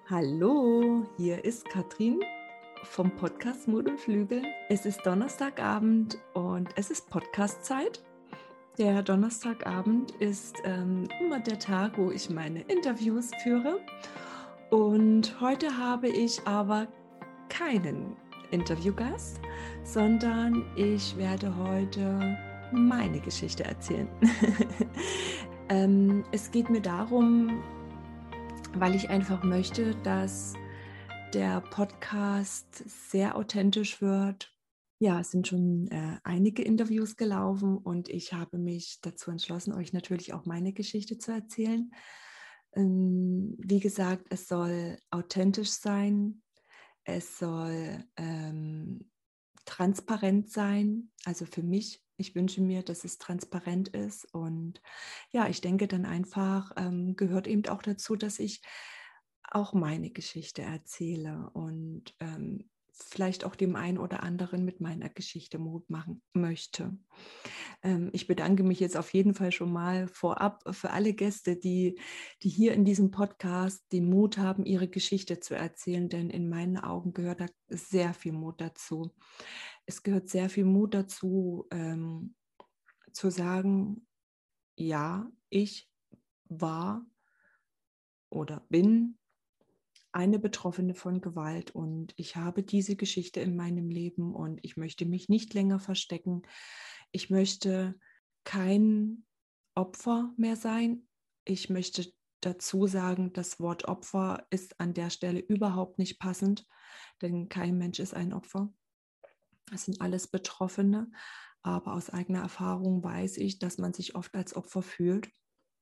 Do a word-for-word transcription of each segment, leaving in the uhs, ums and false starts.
Hallo, hier ist Katrin vom Podcast Mut und Flügel. Es ist Donnerstagabend und es ist Podcast-Zeit. Der Donnerstagabend ist ähm, immer der Tag, wo ich meine Interviews führe. Und heute habe ich aber keinen Interviewgast, sondern ich werde heute meine Geschichte erzählen. ähm, es geht mir darum, weil ich einfach möchte, dass der Podcast sehr authentisch wird. Ja, es sind schon äh, einige Interviews gelaufen und ich habe mich dazu entschlossen, euch natürlich auch meine Geschichte zu erzählen. Ähm, wie gesagt, es soll authentisch sein, es soll ähm, transparent sein, also für mich. Ich wünsche mir, dass es transparent ist und ja, ich denke dann einfach, ähm, gehört eben auch dazu, dass ich auch meine Geschichte erzähle und ähm, vielleicht auch dem einen oder anderen mit meiner Geschichte Mut machen möchte. Ähm, ich bedanke mich jetzt auf jeden Fall schon mal vorab für alle Gäste, die, die hier in diesem Podcast den Mut haben, ihre Geschichte zu erzählen, denn in meinen Augen gehört da sehr viel Mut dazu. Es gehört sehr viel Mut dazu, ähm, zu sagen, ja, ich war oder bin eine Betroffene von Gewalt und ich habe diese Geschichte in meinem Leben und ich möchte mich nicht länger verstecken. Ich möchte kein Opfer mehr sein. Ich möchte dazu sagen, das Wort Opfer ist an der Stelle überhaupt nicht passend, denn kein Mensch ist ein Opfer. Das sind alles Betroffene, aber aus eigener Erfahrung weiß ich, dass man sich oft als Opfer fühlt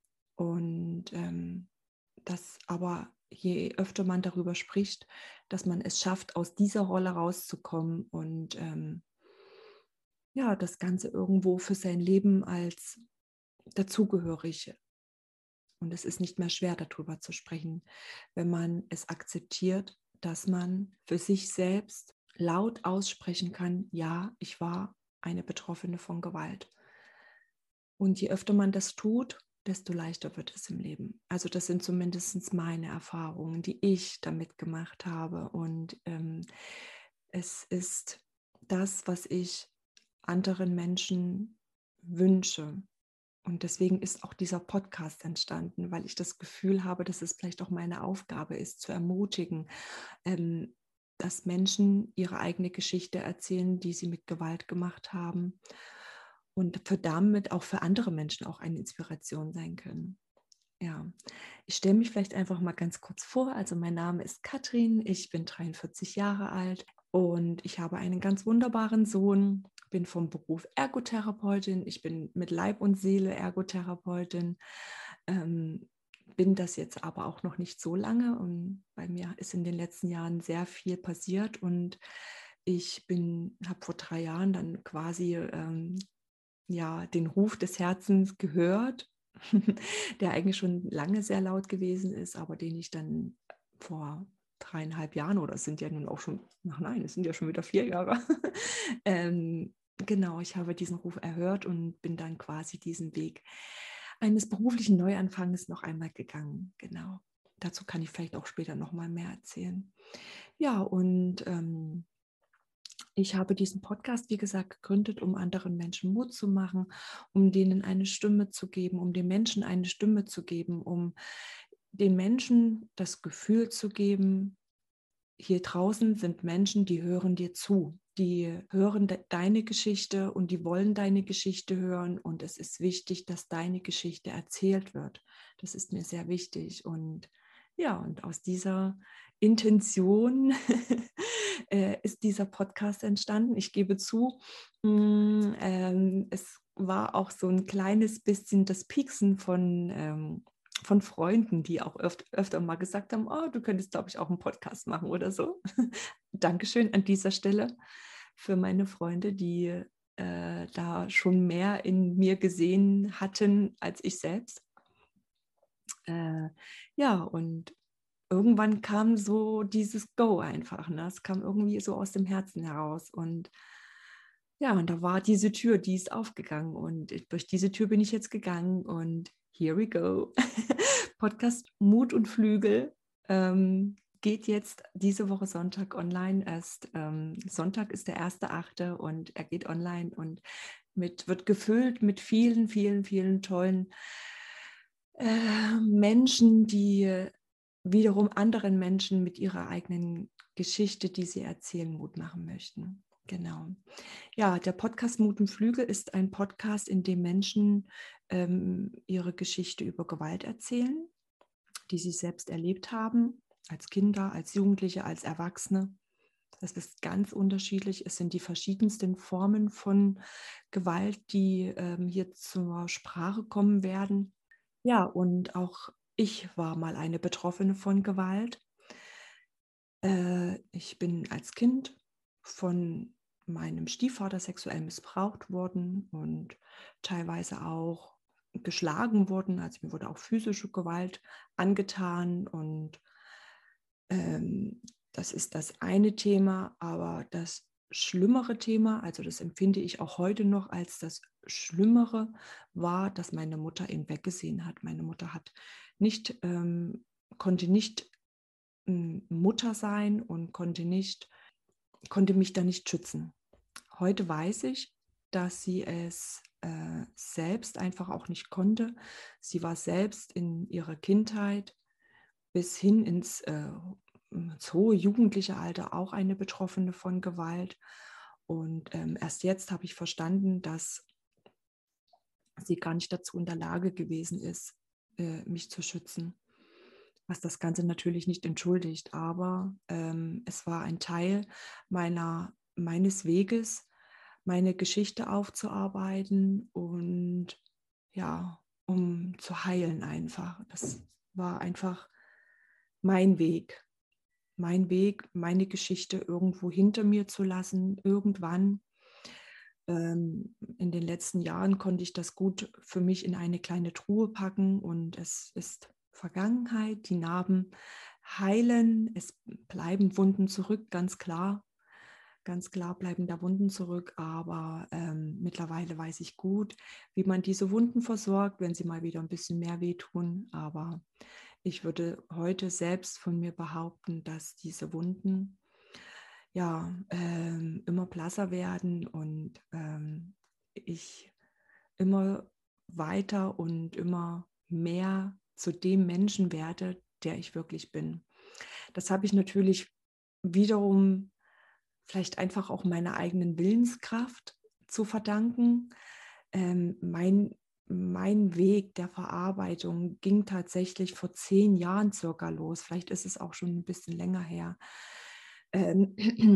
und ähm, dass aber je öfter man darüber spricht, dass man es schafft, aus dieser Rolle rauszukommen und ähm, ja, das Ganze irgendwo für sein Leben als dazugehörig. Und es ist nicht mehr schwer, darüber zu sprechen, wenn man es akzeptiert, dass man für sich selbst laut aussprechen kann, ja, ich war eine Betroffene von Gewalt. Und je öfter man das tut, desto leichter wird es im Leben. Also das sind zumindest meine Erfahrungen, die ich damit gemacht habe. Und ähm, es ist das, was ich anderen Menschen wünsche. Und deswegen ist auch dieser Podcast entstanden, weil ich das Gefühl habe, dass es vielleicht auch meine Aufgabe ist, zu ermutigen, ähm, dass Menschen ihre eigene Geschichte erzählen, die sie mit Gewalt gemacht haben und für damit auch für andere Menschen auch eine Inspiration sein können. Ja, ich stelle mich vielleicht einfach mal ganz kurz vor. Also mein Name ist Katrin, ich bin dreiundvierzig Jahre alt und ich habe einen ganz wunderbaren Sohn, bin vom Beruf Ergotherapeutin, ich bin mit Leib und Seele Ergotherapeutin, ähm, bin das jetzt aber auch noch nicht so lange und bei mir ist in den letzten Jahren sehr viel passiert und ich bin, habe vor drei Jahren dann quasi ähm, ja, den Ruf des Herzens gehört, der eigentlich schon lange sehr laut gewesen ist, aber den ich dann vor dreieinhalb Jahren, oder es sind ja nun auch schon, ach nein, es sind ja schon wieder vier Jahre, ähm, genau, ich habe diesen Ruf erhört und bin dann quasi diesen Weg eines beruflichen Neuanfangs noch einmal gegangen, genau. Dazu kann ich vielleicht auch später noch mal mehr erzählen. Ja, und ähm, ich habe diesen Podcast, wie gesagt, gegründet, um anderen Menschen Mut zu machen, um denen eine Stimme zu geben, um den Menschen eine Stimme zu geben, um den Menschen das Gefühl zu geben, hier draußen sind Menschen, die hören dir zu, die hören de- deine Geschichte und die wollen deine Geschichte hören und es ist wichtig, dass deine Geschichte erzählt wird. Das ist mir sehr wichtig und ja, und aus dieser Intention äh, ist dieser Podcast entstanden. Ich gebe zu, mh, ähm, es war auch so ein kleines bisschen das Pieksen von ähm, von Freunden, die auch öfter, öfter mal gesagt haben, oh, du könntest, glaube ich, auch einen Podcast machen oder so. Dankeschön an dieser Stelle für meine Freunde, die äh, da schon mehr in mir gesehen hatten als ich selbst. Äh, ja, und irgendwann kam so dieses Go einfach. Ne? Es kam irgendwie so aus dem Herzen heraus. Und ja, und da war diese Tür, die ist aufgegangen. Und durch diese Tür bin ich jetzt gegangen. Und here we go. Podcast Mut und Flügel. Ähm, geht jetzt diese Woche Sonntag online. Erst ähm, Sonntag ist der erste Achte und er geht online und mit, wird gefüllt mit vielen, vielen, vielen tollen äh, Menschen, die wiederum anderen Menschen mit ihrer eigenen Geschichte, die sie erzählen, Mut machen möchten. Genau. Ja, der Podcast Mut und Flügel ist ein Podcast, in dem Menschen ähm, ihre Geschichte über Gewalt erzählen, die sie selbst erlebt haben, als Kinder, als Jugendliche, als Erwachsene. Das ist ganz unterschiedlich. Es sind die verschiedensten Formen von Gewalt, die ähm, hier zur Sprache kommen werden. Ja, und auch ich war mal eine Betroffene von Gewalt. Äh, ich bin als Kind von meinem Stiefvater sexuell missbraucht worden und teilweise auch geschlagen worden. Also mir wurde auch physische Gewalt angetan und ähm, das ist das eine Thema, aber das schlimmere Thema, also das empfinde ich auch heute noch als das Schlimmere, war, dass meine Mutter ihn weggesehen hat. Meine Mutter hat nicht, ähm, konnte nicht ähm, Mutter sein und konnte nicht, konnte mich da nicht schützen. Heute weiß ich, dass sie es äh, selbst einfach auch nicht konnte. Sie war selbst in ihrer Kindheit bis hin ins, äh, ins hohe jugendliche Alter auch eine Betroffene von Gewalt. Und ähm, erst jetzt habe ich verstanden, dass sie gar nicht dazu in der Lage gewesen ist, äh, mich zu schützen. Was das Ganze natürlich nicht entschuldigt, aber ähm, es war ein Teil meiner, meines Weges, meine Geschichte aufzuarbeiten und ja, um zu heilen einfach. Das war einfach mein Weg, mein Weg, meine Geschichte irgendwo hinter mir zu lassen, irgendwann. Ähm, in den letzten Jahren konnte ich das gut für mich in eine kleine Truhe packen und es ist Vergangenheit, die Narben heilen, es bleiben Wunden zurück, ganz klar. Ganz klar bleiben da Wunden zurück, aber ähm, mittlerweile weiß ich gut, wie man diese Wunden versorgt, wenn sie mal wieder ein bisschen mehr wehtun. Aber ich würde heute selbst von mir behaupten, dass diese Wunden ja ähm, immer blasser werden und ähm, ich immer weiter und immer mehr zu dem Menschen werde, der ich wirklich bin. Das habe ich natürlich wiederum vielleicht einfach auch meiner eigenen Willenskraft zu verdanken. Ähm, mein, mein Weg der Verarbeitung ging tatsächlich vor zehn Jahren circa los. Vielleicht ist es auch schon ein bisschen länger her. Ähm,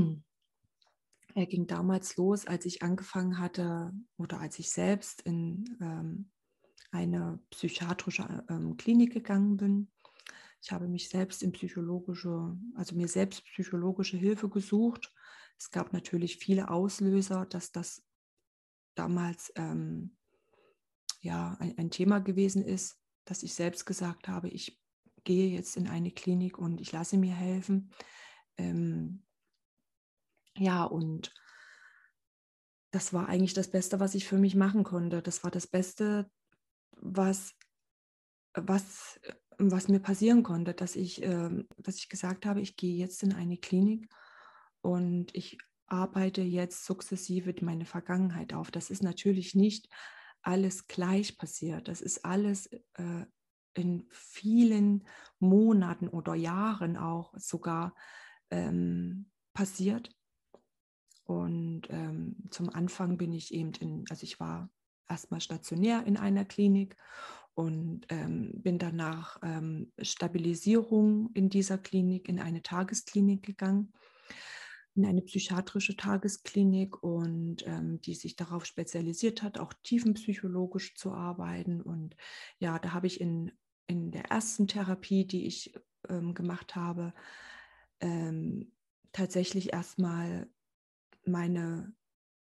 er ging damals los, als ich angefangen hatte oder als ich selbst in ähm, eine psychiatrische ähm, Klinik gegangen bin. Ich habe mich selbst in psychologische, also mir selbst psychologische Hilfe gesucht. Es gab natürlich viele Auslöser, dass das damals ähm, ja ein, ein Thema gewesen ist, dass ich selbst gesagt habe, ich gehe jetzt in eine Klinik und ich lasse mir helfen. Ähm, ja, und das war eigentlich das Beste, was ich für mich machen konnte. Das war das Beste, was, was, was mir passieren konnte, dass ich, ähm, dass ich gesagt habe, ich gehe jetzt in eine Klinik und ich arbeite jetzt sukzessive meine Vergangenheit auf. Das ist natürlich nicht alles gleich passiert. Das ist alles äh, in vielen Monaten oder Jahren auch sogar ähm, passiert. Und ähm, zum Anfang bin ich eben in, also ich war erstmal stationär in einer Klinik und ähm, bin danach ähm, Stabilisierung in dieser Klinik in eine Tagesklinik gegangen, in eine psychiatrische Tagesklinik und ähm, die sich darauf spezialisiert hat, auch tiefenpsychologisch zu arbeiten. Und ja, da habe ich in, in der ersten Therapie, die ich ähm, gemacht habe, ähm, tatsächlich erstmal meine,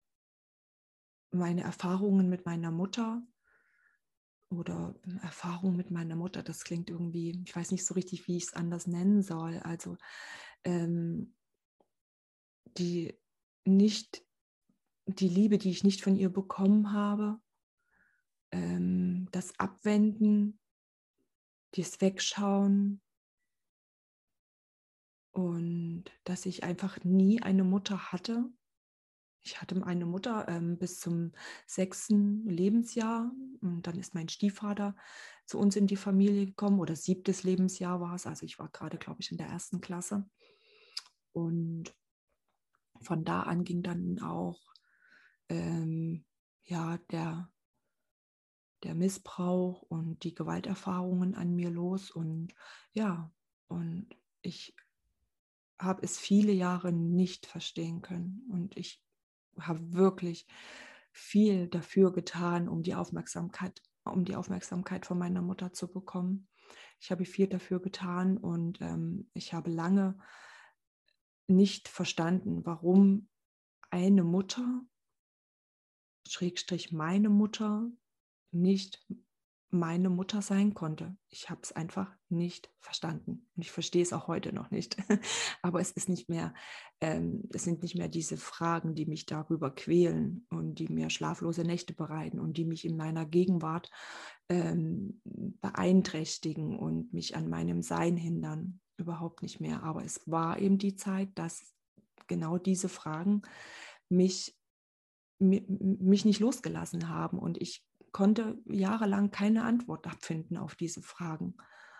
meine Erfahrungen mit meiner Mutter oder Erfahrung mit meiner Mutter, das klingt irgendwie, ich weiß nicht so richtig, wie ich es anders nennen soll. Also ähm, die nicht, die Liebe, die ich nicht von ihr bekommen habe, ähm, das Abwenden, das Wegschauen, und dass ich einfach nie eine Mutter hatte. Ich hatte eine Mutter ähm, bis zum sechsten Lebensjahr und dann ist mein Stiefvater zu uns in die Familie gekommen oder siebtes Lebensjahr war es. Also ich war gerade, glaube ich, in der ersten Klasse. Und von da an ging dann auch ähm, ja, der, der Missbrauch und die Gewalterfahrungen an mir los. Und ja, und ich habe es viele Jahre nicht verstehen können. Und ich habe wirklich viel dafür getan, um die Aufmerksamkeit, um die Aufmerksamkeit von meiner Mutter zu bekommen. Ich habe viel dafür getan und ähm, ich habe lange nicht verstanden, warum eine Mutter, Schrägstrich meine Mutter, nicht meine Mutter sein konnte. Ich habe es einfach nicht verstanden und ich verstehe es auch heute noch nicht. Aber es ist nicht mehr, ähm, es sind nicht mehr diese Fragen, die mich darüber quälen und die mir schlaflose Nächte bereiten und die mich in meiner Gegenwart ähm, beeinträchtigen und mich an meinem Sein hindern. Überhaupt nicht mehr. Aber es war eben die Zeit, dass genau diese Fragen mich, mich nicht losgelassen haben und ich konnte jahrelang keine Antwort finden auf diese Fragen.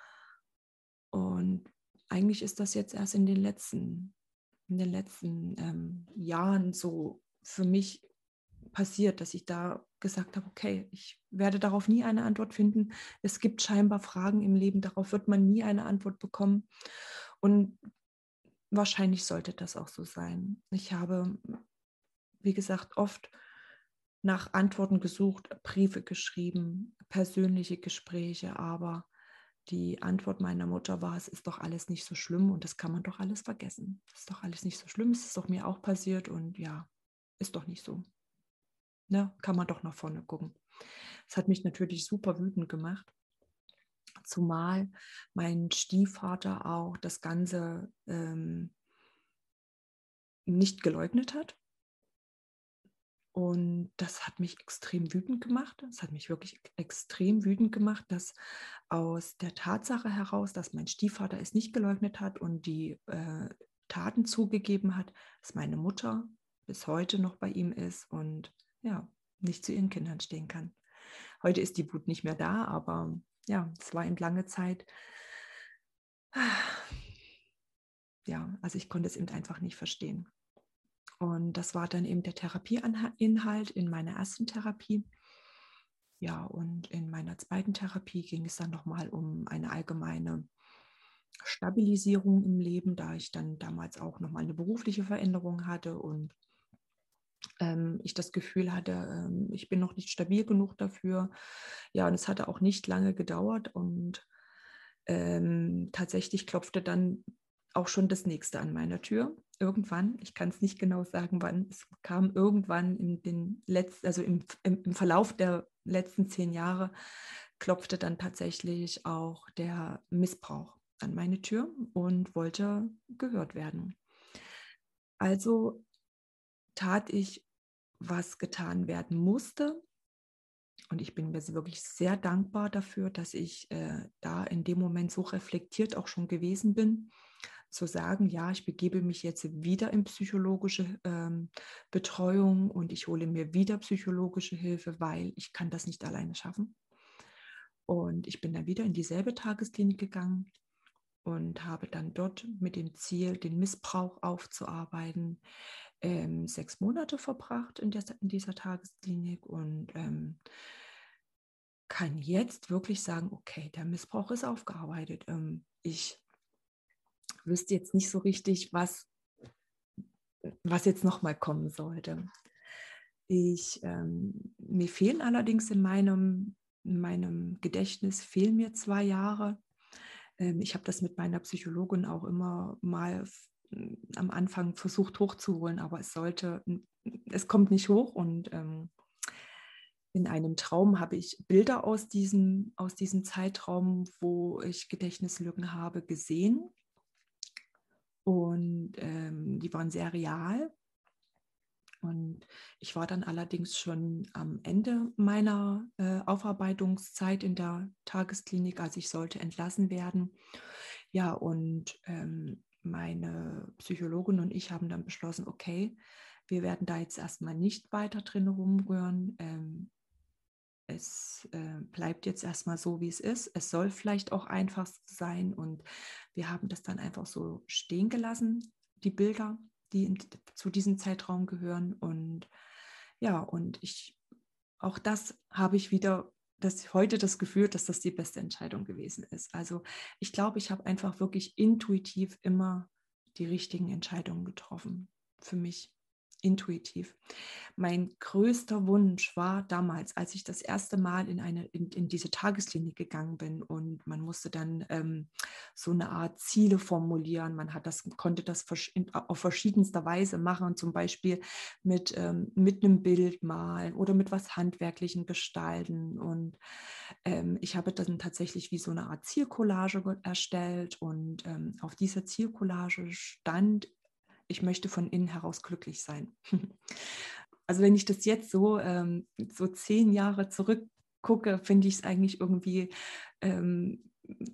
Und eigentlich ist das jetzt erst in den letzten, in den letzten ähm, Jahren so für mich passiert, dass ich da gesagt habe, okay, ich werde darauf nie eine Antwort finden. Es gibt scheinbar Fragen im Leben, darauf wird man nie eine Antwort bekommen. Und wahrscheinlich sollte das auch so sein. Ich habe, wie gesagt, oft nach Antworten gesucht, Briefe geschrieben, persönliche Gespräche, aber die Antwort meiner Mutter war, es ist doch alles nicht so schlimm und das kann man doch alles vergessen. Es ist doch alles nicht so schlimm, es ist doch mir auch passiert und ja, ist doch nicht so. Ne? Kann man doch nach vorne gucken. Das hat mich natürlich super wütend gemacht, zumal mein Stiefvater auch das Ganze ähm, nicht geleugnet hat. Und das hat mich extrem wütend gemacht. Das hat mich wirklich extrem wütend gemacht, dass aus der Tatsache heraus, dass mein Stiefvater es nicht geleugnet hat und die äh, Taten zugegeben hat, dass meine Mutter bis heute noch bei ihm ist und ja, nicht zu ihren Kindern stehen kann. Heute ist die Wut nicht mehr da, aber ja, es war eben lange Zeit. Ja, also ich konnte es eben einfach nicht verstehen. Und das war dann eben der Therapieinhalt in meiner ersten Therapie. Ja, und in meiner zweiten Therapie ging es dann nochmal um eine allgemeine Stabilisierung im Leben, da ich dann damals auch nochmal eine berufliche Veränderung hatte und ähm, ich das Gefühl hatte, ähm, ich bin noch nicht stabil genug dafür. Ja, und es hatte auch nicht lange gedauert und ähm, tatsächlich klopfte dann auch schon das nächste an meiner Tür. Irgendwann, ich kann es nicht genau sagen, wann, es kam irgendwann in den letzten, also im, im, im Verlauf der letzten zehn Jahre, klopfte dann tatsächlich auch der Missbrauch an meine Tür und wollte gehört werden. Also tat ich, was getan werden musste. Und ich bin mir wirklich sehr dankbar dafür, dass ich äh, da in dem Moment so reflektiert auch schon gewesen bin, zu sagen, ja, ich begebe mich jetzt wieder in psychologische ähm, Betreuung und ich hole mir wieder psychologische Hilfe, weil ich kann das nicht alleine schaffen. Und ich bin dann wieder in dieselbe Tagesklinik gegangen und habe dann dort mit dem Ziel, den Missbrauch aufzuarbeiten, ähm, sechs Monate verbracht in, der, in dieser Tagesklinik und ähm, kann jetzt wirklich sagen, okay, der Missbrauch ist aufgearbeitet. Ähm, ich wüsste jetzt nicht so richtig, was, was jetzt nochmal kommen sollte. Ich, ähm, mir fehlen allerdings in meinem, in meinem Gedächtnis, fehlen mir zwei Jahre. Ähm, ich habe das mit meiner Psychologin auch immer mal am Anfang versucht hochzuholen, aber es sollte, es kommt nicht hoch und ähm, in einem Traum habe ich Bilder aus diesem, aus diesem Zeitraum, wo ich Gedächtnislücken habe, gesehen. Und ähm, die waren sehr real. Und ich war dann allerdings schon am Ende meiner äh, Aufarbeitungszeit in der Tagesklinik, also ich sollte entlassen werden. Ja, und ähm, meine Psychologin und ich haben dann beschlossen, okay, wir werden da jetzt erstmal nicht weiter drin rumrühren. Ähm, es äh, bleibt jetzt erstmal so, wie es ist. Es soll vielleicht auch einfach sein und wir haben das dann einfach so stehen gelassen, die Bilder, die in, zu diesem Zeitraum gehören. Und ja, und ich, auch das habe ich wieder das, heute das Gefühl, dass das die beste Entscheidung gewesen ist. Also ich glaube, ich habe einfach wirklich intuitiv immer die richtigen Entscheidungen getroffen. Für mich intuitiv. Mein größter Wunsch war damals, als ich das erste Mal in, eine, in, in diese Tagesklinik gegangen bin und man musste dann ähm, so eine Art Ziele formulieren. Man hat das, konnte das auf verschiedenster Weise machen, zum Beispiel mit, ähm, mit einem Bild malen oder mit was Handwerklichem gestalten. Und ähm, ich habe dann tatsächlich wie so eine Art Zielcollage erstellt und ähm, auf dieser Zielcollage stand: Ich möchte von innen heraus glücklich sein. Also wenn ich das jetzt so, ähm, so zehn Jahre zurückgucke, finde ich es eigentlich irgendwie ähm,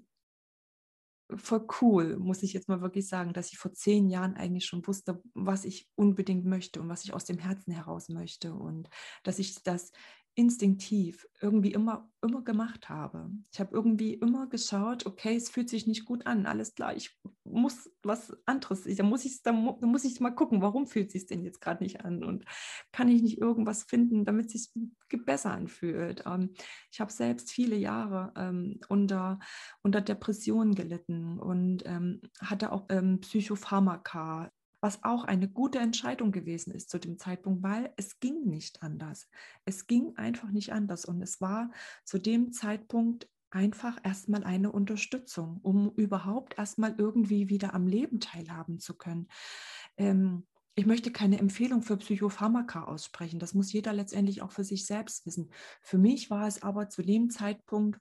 voll cool, muss ich jetzt mal wirklich sagen, dass ich vor zehn Jahren eigentlich schon wusste, was ich unbedingt möchte und was ich aus dem Herzen heraus möchte und dass ich das instinktiv irgendwie immer, immer gemacht habe. Ich habe irgendwie immer geschaut, okay, es fühlt sich nicht gut an, alles klar, ich muss was anderes, da muss ich, da muss ich mal gucken, warum fühlt es sich denn jetzt gerade nicht an und kann ich nicht irgendwas finden, damit es sich besser anfühlt. Ähm, ich habe selbst viele Jahre ähm, unter unter Depressionen gelitten und ähm, hatte auch ähm, Psychopharmaka, was auch eine gute Entscheidung gewesen ist zu dem Zeitpunkt, weil es ging nicht anders. Es ging einfach nicht anders und es war zu dem Zeitpunkt einfach erstmal eine Unterstützung, um überhaupt erstmal irgendwie wieder am Leben teilhaben zu können. Ähm, ich möchte keine Empfehlung für Psychopharmaka aussprechen. Das muss jeder letztendlich auch für sich selbst wissen. Für mich war es aber zu dem Zeitpunkt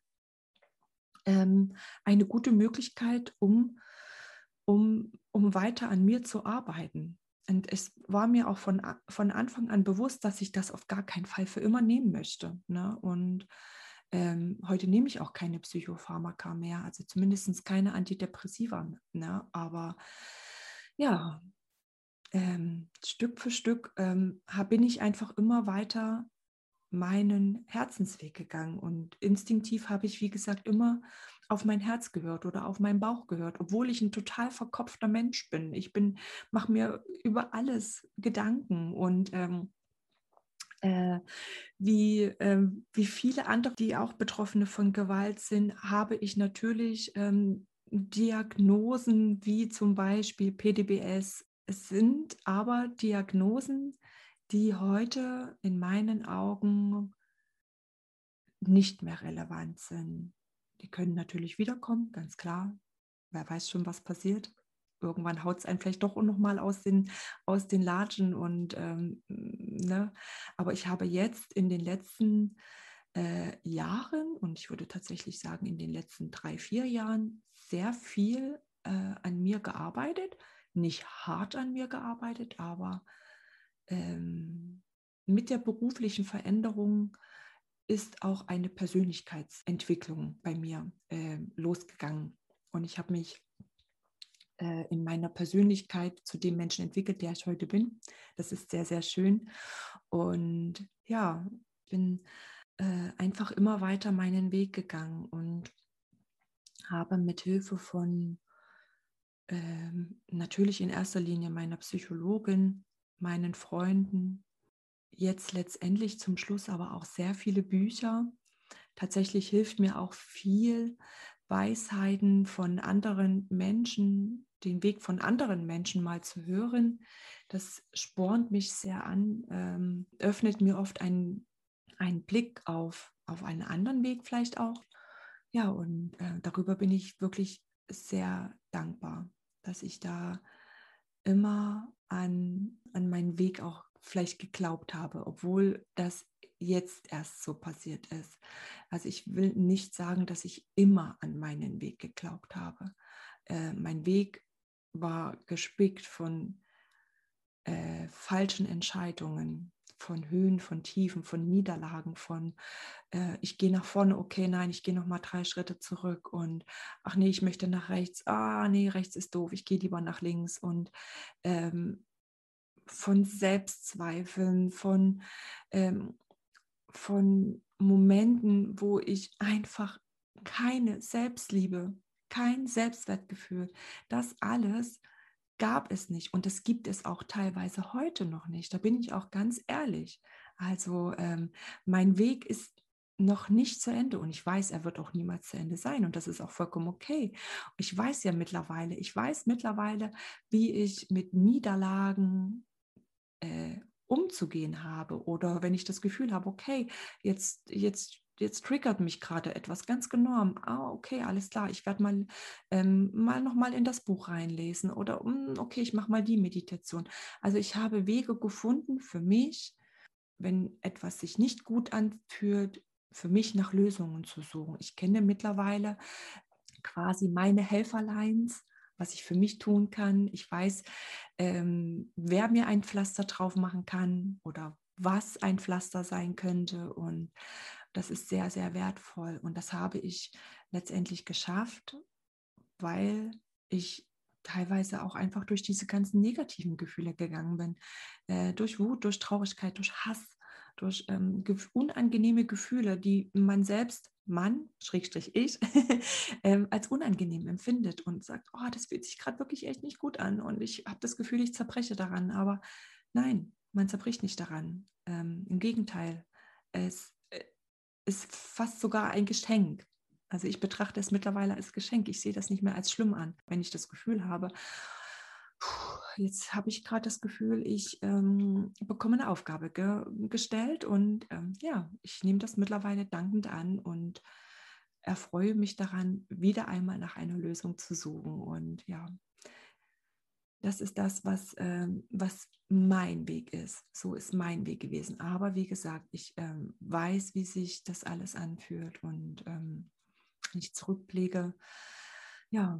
ähm, eine gute Möglichkeit, um, um, um weiter an mir zu arbeiten. Und es war mir auch von, von Anfang an bewusst, dass ich das auf gar keinen Fall für immer nehmen möchte. Ne? Und ähm, heute nehme ich auch keine Psychopharmaka mehr, also zumindest keine Antidepressiva. Ne? Aber ja, ähm, Stück für Stück ähm, bin ich einfach immer weiter meinen Herzensweg gegangen und instinktiv habe ich, wie gesagt, immer auf mein Herz gehört oder auf meinen Bauch gehört, obwohl ich ein total verkopfter Mensch bin. Ich bin, mache mir über alles Gedanken und ähm, äh, wie, ähm, wie viele andere, die auch Betroffene von Gewalt sind, habe ich natürlich ähm, Diagnosen wie zum Beispiel P D B S. Es sind aber Diagnosen, die heute in meinen Augen nicht mehr relevant sind. Die können natürlich wiederkommen, ganz klar. Wer weiß schon, was passiert. Irgendwann haut es einen vielleicht doch noch mal aus den, aus den Latschen. Und, ähm, ne? Aber ich habe jetzt in den letzten äh, Jahren, und ich würde tatsächlich sagen, in den letzten drei, vier Jahren sehr viel äh, an mir gearbeitet. Nicht hart an mir gearbeitet, aber ähm, mit der beruflichen Veränderung ist auch eine Persönlichkeitsentwicklung bei mir äh, losgegangen. Und ich habe mich äh, in meiner Persönlichkeit zu dem Menschen entwickelt, der ich heute bin. Das ist sehr, sehr schön. Und ja, bin äh, einfach immer weiter meinen Weg gegangen und habe mit Hilfe von ähm, natürlich in erster Linie meiner Psychologin, meinen Freunden, jetzt letztendlich zum Schluss aber auch sehr viele Bücher. Tatsächlich hilft mir auch viel Weisheiten von anderen Menschen, den Weg von anderen Menschen mal zu hören. Das spornt mich sehr an, ähm, öffnet mir oft einen, einen Blick auf, auf einen anderen Weg vielleicht auch. Ja, und äh, darüber bin ich wirklich sehr dankbar, dass ich da immer an, an meinen Weg auch vielleicht geglaubt habe, obwohl das jetzt erst so passiert ist. Also ich will nicht sagen, dass ich immer an meinen Weg geglaubt habe. Äh, mein Weg war gespickt von äh, falschen Entscheidungen, von Höhen, von Tiefen, von Niederlagen, von äh, ich gehe nach vorne, okay, nein, ich gehe noch mal drei Schritte zurück und ach nee, ich möchte nach rechts, ah nee, rechts ist doof, ich gehe lieber nach links und ähm, von Selbstzweifeln, von, ähm, von Momenten, wo ich einfach keine Selbstliebe, kein Selbstwertgefühl, das alles gab es nicht und das gibt es auch teilweise heute noch nicht. Da bin ich auch ganz ehrlich. Also ähm, mein Weg ist noch nicht zu Ende und ich weiß, er wird auch niemals zu Ende sein und das ist auch vollkommen okay. Ich weiß ja mittlerweile, ich weiß mittlerweile, wie ich mit Niederlagen äh, umzugehen habe oder wenn ich das Gefühl habe, okay, jetzt, jetzt, jetzt triggert mich gerade etwas ganz genau. Ah, okay, alles klar, ich werde mal, ähm, mal noch mal in das Buch reinlesen oder mm, okay, ich mache mal die Meditation. Also ich habe Wege gefunden für mich, wenn etwas sich nicht gut anfühlt, für mich nach Lösungen zu suchen. Ich kenne mittlerweile quasi meine Helferlines, was ich für mich tun kann. Ich weiß, ähm, wer mir ein Pflaster drauf machen kann oder was ein Pflaster sein könnte. Und das ist sehr, sehr wertvoll. Und das habe ich letztendlich geschafft, weil ich teilweise auch einfach durch diese ganzen negativen Gefühle gegangen bin. Äh, durch Wut, durch Traurigkeit, durch Hass, durch ähm, gef- unangenehme Gefühle, die man selbst, Mann, Schrägstrich ich, ähm, als unangenehm empfindet und sagt, oh, das fühlt sich gerade wirklich echt nicht gut an und ich habe das Gefühl, ich zerbreche daran. Aber nein, man zerbricht nicht daran. Ähm, im Gegenteil, es äh, ist fast sogar ein Geschenk. Also ich betrachte es mittlerweile als Geschenk. Ich sehe das nicht mehr als schlimm an, wenn ich das Gefühl habe, jetzt habe ich gerade das Gefühl, ich ähm, bekomme eine Aufgabe ge gestellt und ähm, ja, ich nehme das mittlerweile dankend an und erfreue mich daran, wieder einmal nach einer Lösung zu suchen. Und ja, das ist das, was, ähm, was mein Weg ist. So ist mein Weg gewesen. Aber wie gesagt, ich ähm, weiß, wie sich das alles anfühlt und ähm, wenn ich zurückblicke, ja,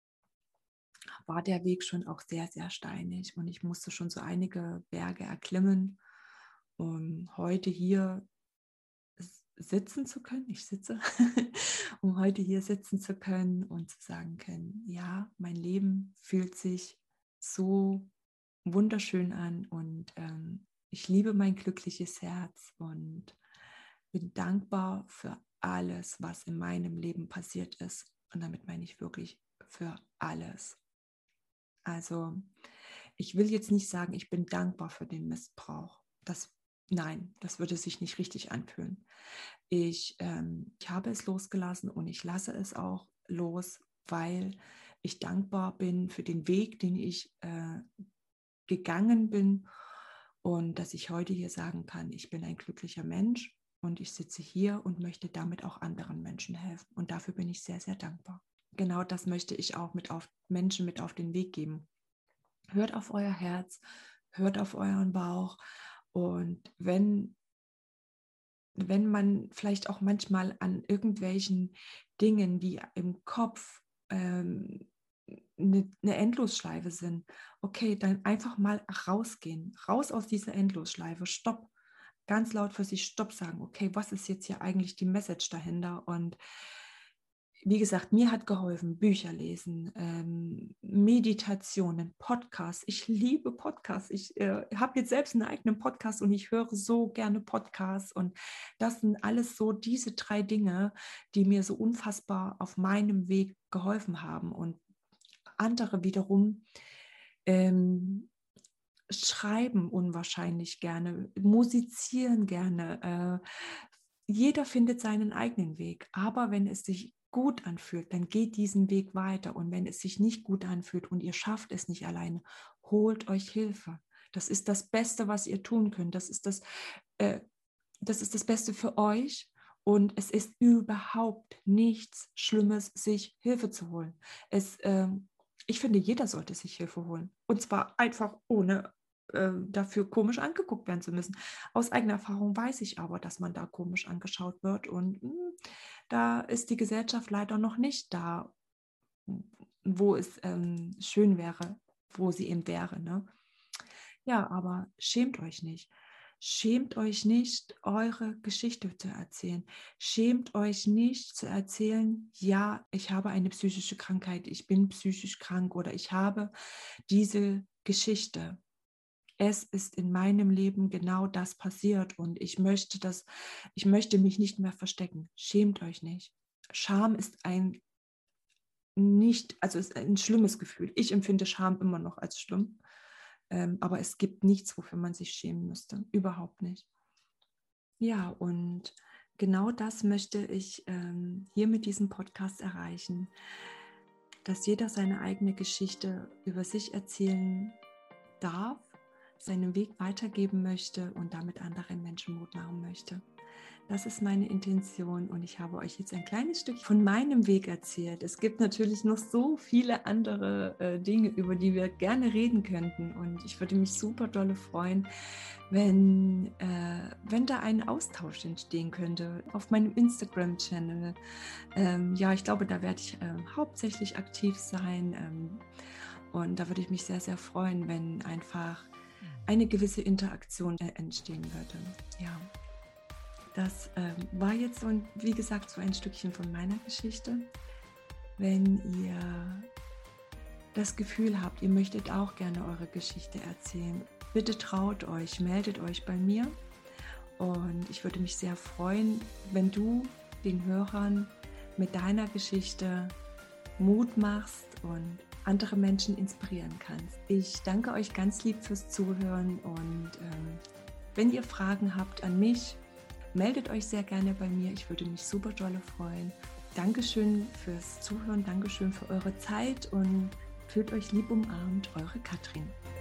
war der Weg schon auch sehr, sehr steinig und ich musste schon so einige Berge erklimmen, um heute hier sitzen zu können. Ich sitze, um heute hier sitzen zu können und zu sagen können, ja, mein Leben fühlt sich so wunderschön an und ähm, ich liebe mein glückliches Herz und bin dankbar für alles, was in meinem Leben passiert ist. Und damit meine ich wirklich für alles. Also ich will jetzt nicht sagen, ich bin dankbar für den Missbrauch. Das, nein, das würde sich nicht richtig anfühlen. Ich, ähm, ich habe es losgelassen und ich lasse es auch los, weil ich dankbar bin für den Weg, den ich äh, gegangen bin und dass ich heute hier sagen kann, ich bin ein glücklicher Mensch und ich sitze hier und möchte damit auch anderen Menschen helfen. Und dafür bin ich sehr, sehr dankbar. Genau das möchte ich auch mit auf Menschen mit auf den Weg geben. Hört auf euer Herz, hört auf euren Bauch und wenn, wenn man vielleicht auch manchmal an irgendwelchen Dingen, die im Kopf ähm, eine, eine Endlosschleife sind, okay, dann einfach mal rausgehen, raus aus dieser Endlosschleife, stopp, ganz laut für sich Stopp sagen, okay, was ist jetzt hier eigentlich die Message dahinter und wie gesagt, mir hat geholfen, Bücher lesen, ähm, Meditationen, Podcasts. Ich liebe Podcasts. Ich äh, habe jetzt selbst einen eigenen Podcast und ich höre so gerne Podcasts. Und das sind alles so diese drei Dinge, die mir so unfassbar auf meinem Weg geholfen haben. Und andere wiederum ähm, schreiben unwahrscheinlich gerne, musizieren gerne. Äh, jeder findet seinen eigenen Weg. Aber wenn es sich gut anfühlt, dann geht diesen Weg weiter. Und wenn es sich nicht gut anfühlt und ihr schafft es nicht alleine, holt euch Hilfe. Das ist das Beste, was ihr tun könnt. Das ist das, äh, das ist das Beste für euch. Und es ist überhaupt nichts Schlimmes, sich Hilfe zu holen. Es, ähm, ich finde, jeder sollte sich Hilfe holen. Und zwar einfach ohne äh, dafür komisch angeguckt werden zu müssen. Aus eigener Erfahrung weiß ich aber, dass man da komisch angeschaut wird. Und mh, da ist die Gesellschaft leider noch nicht da, wo es ähm, schön wäre, wo sie eben wäre. Ne? Ja, aber schämt euch nicht. Schämt euch nicht, eure Geschichte zu erzählen. Schämt euch nicht zu erzählen, ja, ich habe eine psychische Krankheit, ich bin psychisch krank oder ich habe diese Geschichte. Es ist in meinem Leben genau das passiert und ich möchte das, ich möchte mich nicht mehr verstecken. Schämt euch nicht. Scham ist ein nicht, also ist ein schlimmes Gefühl. Ich empfinde Scham immer noch als schlimm. Ähm, aber es gibt nichts, wofür man sich schämen müsste. Überhaupt nicht. Ja, und genau das möchte ich ähm, hier mit diesem Podcast erreichen, dass jeder seine eigene Geschichte über sich erzählen darf, seinen Weg weitergeben möchte und damit anderen Menschen Mut machen möchte. Das ist meine Intention und ich habe euch jetzt ein kleines Stück von meinem Weg erzählt. Es gibt natürlich noch so viele andere äh, Dinge, über die wir gerne reden könnten und ich würde mich super dolle freuen, wenn, äh, wenn da ein Austausch entstehen könnte auf meinem Instagram-Channel. Ähm, ja, ich glaube, da werde ich äh, hauptsächlich aktiv sein ähm, und da würde ich mich sehr, sehr freuen, wenn einfach eine gewisse Interaktion äh, entstehen würde. Ja. Das ähm, war jetzt so, ein, wie gesagt, so ein Stückchen von meiner Geschichte. Wenn ihr das Gefühl habt, ihr möchtet auch gerne eure Geschichte erzählen, bitte traut euch, meldet euch bei mir. Und ich würde mich sehr freuen, wenn du den Hörern mit deiner Geschichte Mut machst und andere Menschen inspirieren kannst. Ich danke euch ganz lieb fürs Zuhören und ähm, wenn ihr Fragen habt an mich, meldet euch sehr gerne bei mir. Ich würde mich super dolle freuen. Dankeschön fürs Zuhören, Dankeschön für eure Zeit und fühlt euch lieb umarmt, eure Katrin.